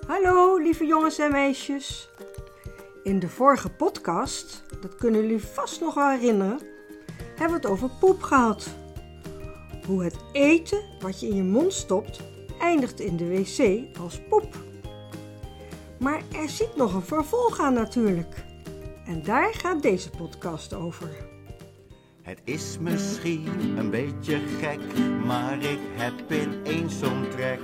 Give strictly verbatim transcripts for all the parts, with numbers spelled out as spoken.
Hallo lieve jongens en meisjes. In de vorige podcast, dat kunnen jullie vast nog wel herinneren, hebben we het over poep gehad. Hoe het eten wat je in je mond stopt eindigt in de wc als poep. Maar er zit nog een vervolg aan natuurlijk. En daar gaat deze podcast over. Het is misschien een beetje gek, maar ik heb ineens zo'n trek.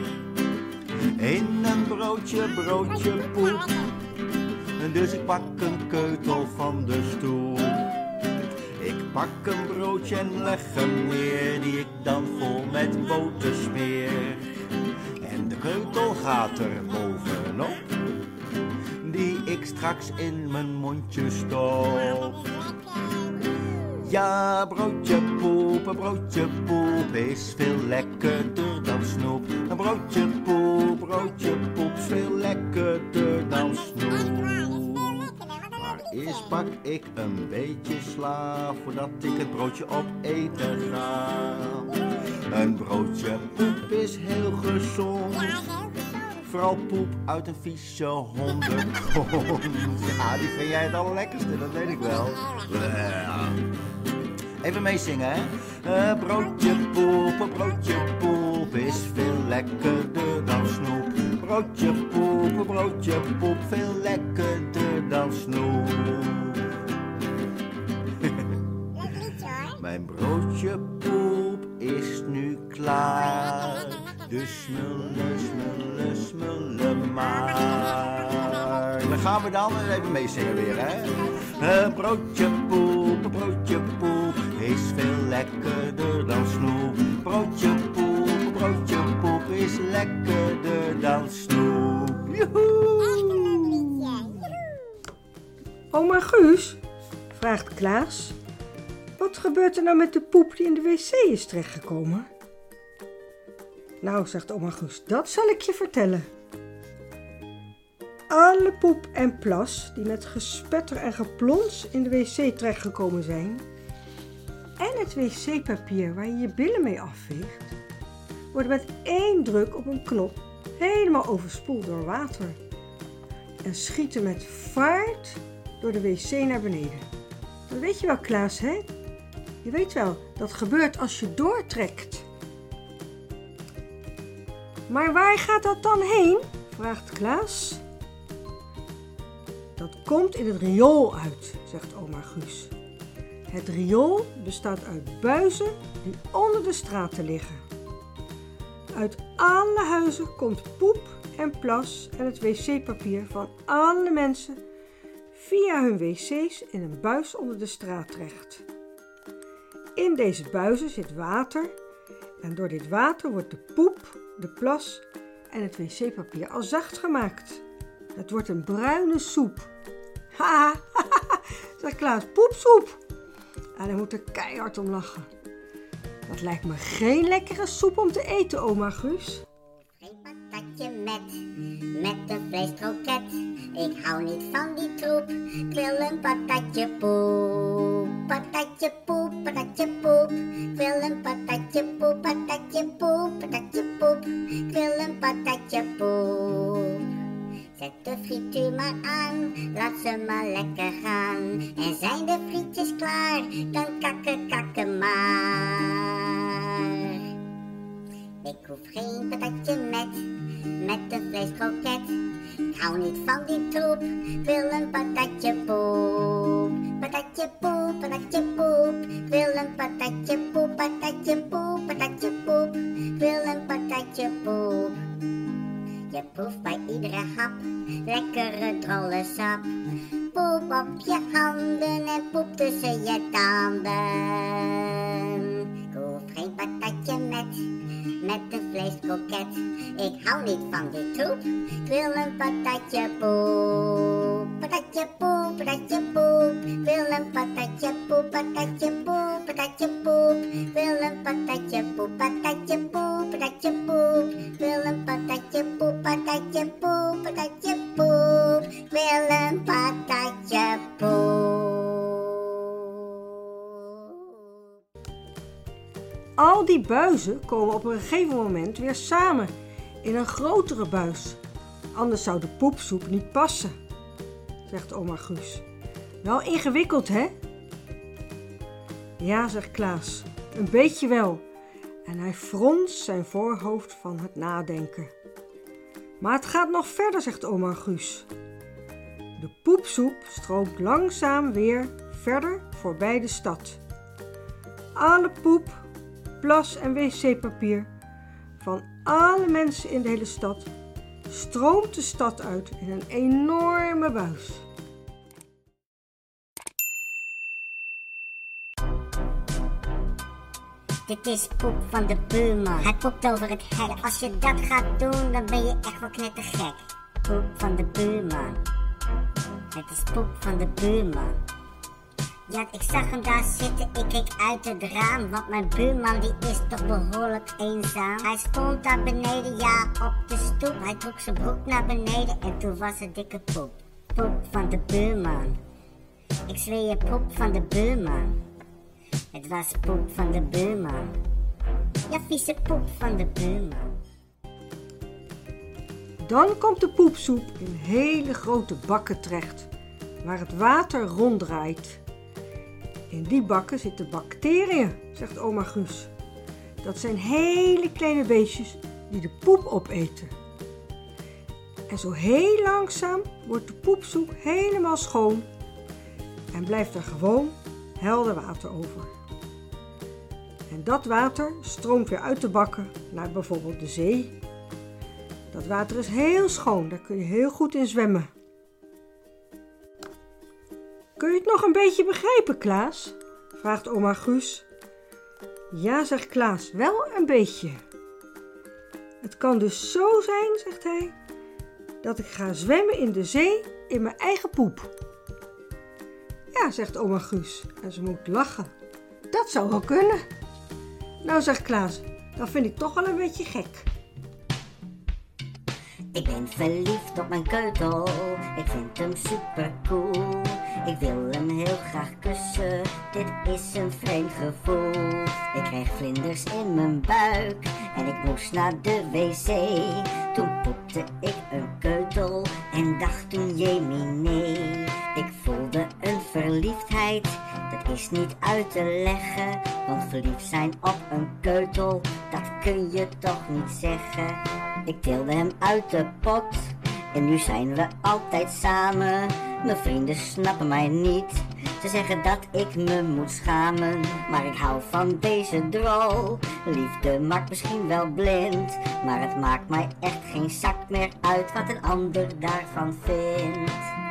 In een broodje, broodje poep. Dus ik pak een keutel van de stoel. Ik pak een broodje en leg hem neer, die ik dan vol met boter smeer. En de keutel gaat er bovenop, die ik straks in mijn mondje stop. Ja, broodje poep, een broodje poep is veel lekkerder dan snoep. Een broodje poep, broodje poep is veel lekkerder dan snoep. Maar eerst pak ik een beetje sla, voordat ik het broodje opeten ga. Een broodje poep is heel gezond, vooral poep uit een vieze hondenkont. Ja, die vind jij het allerlekkerste, dat weet ik wel. Even meezingen, hè? Uh, broodje poep, een broodje poep is veel lekkerder dan snoep. Broodje poep, een broodje poep, veel lekkerder dan snoep. Mijn broodje poep is nu klaar, dus smullen, smullen, smullen maar. Dan gaan we dan even meezingen weer, hè? Een broodje poep, een broodje poep is veel lekkerder dan snoep. Broodje poep, een broodje poep is lekkerder dan snoep. Joehoe! Oma Guus, vraagt Klaas, wat gebeurt er nou met de poep die in de wc is terechtgekomen? Nou, zegt oma Guus, dat zal ik je vertellen. Alle poep en plas die met gespetter en geplons in de wc terechtgekomen zijn en het wc-papier waar je je billen mee afveegt, worden met één druk op een knop helemaal overspoeld door water en schieten met vaart door de wc naar beneden. Dat weet je wel, Klaas, hè? Je weet wel, dat gebeurt als je doortrekt. Maar waar gaat dat dan heen? Vraagt Klaas. Dat komt in het riool uit, zegt oma Guus. Het riool bestaat uit buizen die onder de straten liggen. Uit alle huizen komt poep en plas en het wc-papier van alle mensen via hun wc's in een buis onder de straat terecht. In deze buizen zit water en door dit water wordt de poep, de plas en het wc-papier al zacht gemaakt. Het wordt een bruine soep. Haha, zegt Klaas, poepsoep. En hij moet er keihard om lachen. Dat lijkt me geen lekkere soep om te eten, oma Guus. Geen patatje met, met een vleeskroket. Ik hou niet van die troep. Ik wil een patatje poep. Patatje poep, patatje poep. Ik wil een patatje poep, patatje poep, patatje poep. Ik wil een patatje poep. Zet de frituur maar aan, laat ze maar lekker gaan. En zijn de frietjes klaar, dan kakken, kakken maar. Ik hoef geen patatje met, met een vleeskroket. Ik hou niet van die troep, ik wil een patatje poep. Patatje poep, patatje poep. Ik wil een patatje poep, patatje poep, patatje poep. Ik wil een patatje poep. Je proeft bij iedere hap lekkere drolle sap. Poep op je handen en poep tussen je tanden. Ik hoef geen patatje met, met een vleeskroket. Ik hou niet van die troep, ik wil een patatje poep. Patatje poep, patatje poep. Ik wil een patatje poep, patatje poep, patatje poep. Ik wil een patatje poep, patatje poep, patatje poep. Ik wil een patatje poep, patatje poep, patatje poep. Ik wil een patatje poep. Al die buizen komen op een gegeven moment weer samen in een grotere buis anders zou de poepsoep niet passen, zegt oma Guus. Wel ingewikkeld, hè? Ja, zegt Klaas, een beetje wel. En hij fronst zijn voorhoofd van het nadenken. Maar het gaat nog verder, zegt oma Guus. De poepsoep stroomt langzaam weer verder voorbij de stad. Alle poep, plas en wc-papier van alle mensen in de hele stad stroomt de stad uit in een enorme buis. Dit is poep van de buurman. Hij poept over het hek. Ja, als je dat gaat doen, dan ben je echt wel knettergek. Poep van de buurman. Het is poep van de buurman. Ja, ik zag hem daar zitten, ik keek uit het raam. Want mijn buurman die is toch behoorlijk eenzaam. Hij stond daar beneden, ja, op de stoep. Hij trok zijn broek naar beneden en toen was het dikke poep. Poep van de buurman. Ik zweer je, poep van de buurman. Het was poep van de buurman. Ja, vieze poep van de buurman. Dan komt de poepsoep in hele grote bakken terecht, waar het water ronddraait. In die bakken zitten bacteriën, zegt oma Guus. Dat zijn hele kleine beestjes die de poep opeten. En zo heel langzaam wordt de poepsoep helemaal schoon en blijft er gewoon helder water over. En dat water stroomt weer uit de bakken naar bijvoorbeeld de zee. Dat water is heel schoon, daar kun je heel goed in zwemmen. Kun je het nog een beetje begrijpen, Klaas? Vraagt oma Guus. Ja, zegt Klaas, wel een beetje. Het kan dus zo zijn, zegt hij, dat ik ga zwemmen in de zee in mijn eigen poep. Ja, zegt oma Guus en ze moet lachen. Dat zou wel kunnen. Nou, zegt Klaas, dat vind ik toch wel een beetje gek. Ik ben verliefd op mijn keutel, ik vind hem super cool. Ik wil hem heel graag kussen, dit is een vreemd gevoel. Ik kreeg vlinders in mijn buik en ik moest naar de wc. Toen poepte ik een keutel en dacht toen jemine. Ik voelde een verliefdheid, dat is niet uit te leggen. Want verliefd zijn op een keutel, dat kun je toch niet zeggen. Ik tilde hem uit de pot en nu zijn we altijd samen. Mijn vrienden snappen mij niet, ze zeggen dat ik me moet schamen. Maar ik hou van deze drol, liefde maakt misschien wel blind. Maar het maakt mij echt geen zak meer uit wat een ander daarvan vindt.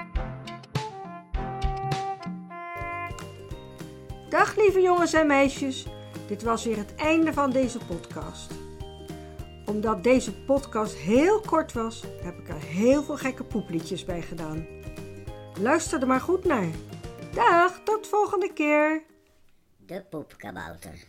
Dag lieve jongens en meisjes, dit was weer het einde van deze podcast. Omdat deze podcast heel kort was, heb ik er heel veel gekke poepliedjes bij gedaan. Luister er maar goed naar. Dag, tot volgende keer. De poepkabouter.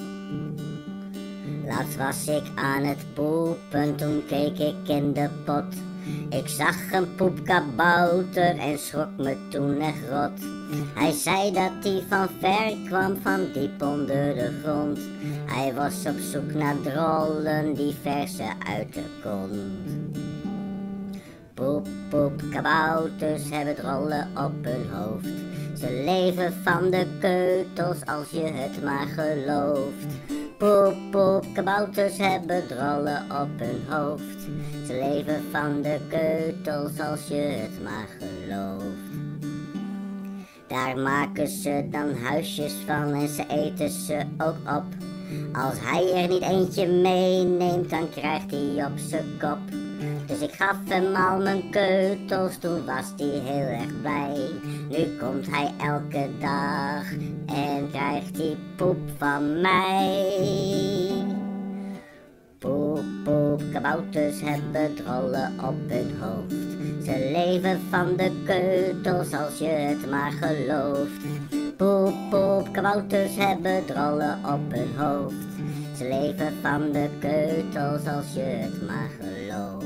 Laatst was ik aan het poepen, toen keek ik in de pot. Ik zag een poepkabouter en schrok me toen echt rot. Hij zei dat hij van ver kwam, van diep onder de grond. Hij was op zoek naar drollen die verse uit de kont. Poep, poep, kabouters hebben drollen op hun hoofd. Ze leven van de keutels als je het maar gelooft. Poep, poep, kabouters hebben drollen op hun hoofd. Ze leven van de keutels als je het maar gelooft. Daar maken ze dan huisjes van en ze eten ze ook op. Als hij er niet eentje meeneemt, dan krijgt hij op zijn kop. Dus ik gaf hem al mijn keutels, toen was hij heel erg blij. Nu komt hij elke dag en krijgt hij poep van mij. Poep, poep, kabouters hebben drollen op hun hoofd. Ze leven van de keutels als je het maar gelooft. Poep, poep, kabouters hebben drollen op hun hoofd. Ze leven van de keutels als je het maar gelooft.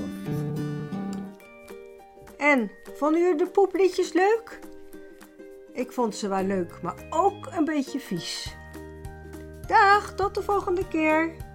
En, vonden jullie de poepliedjes leuk? Ik vond ze wel leuk, maar ook een beetje vies. Dag, tot de volgende keer.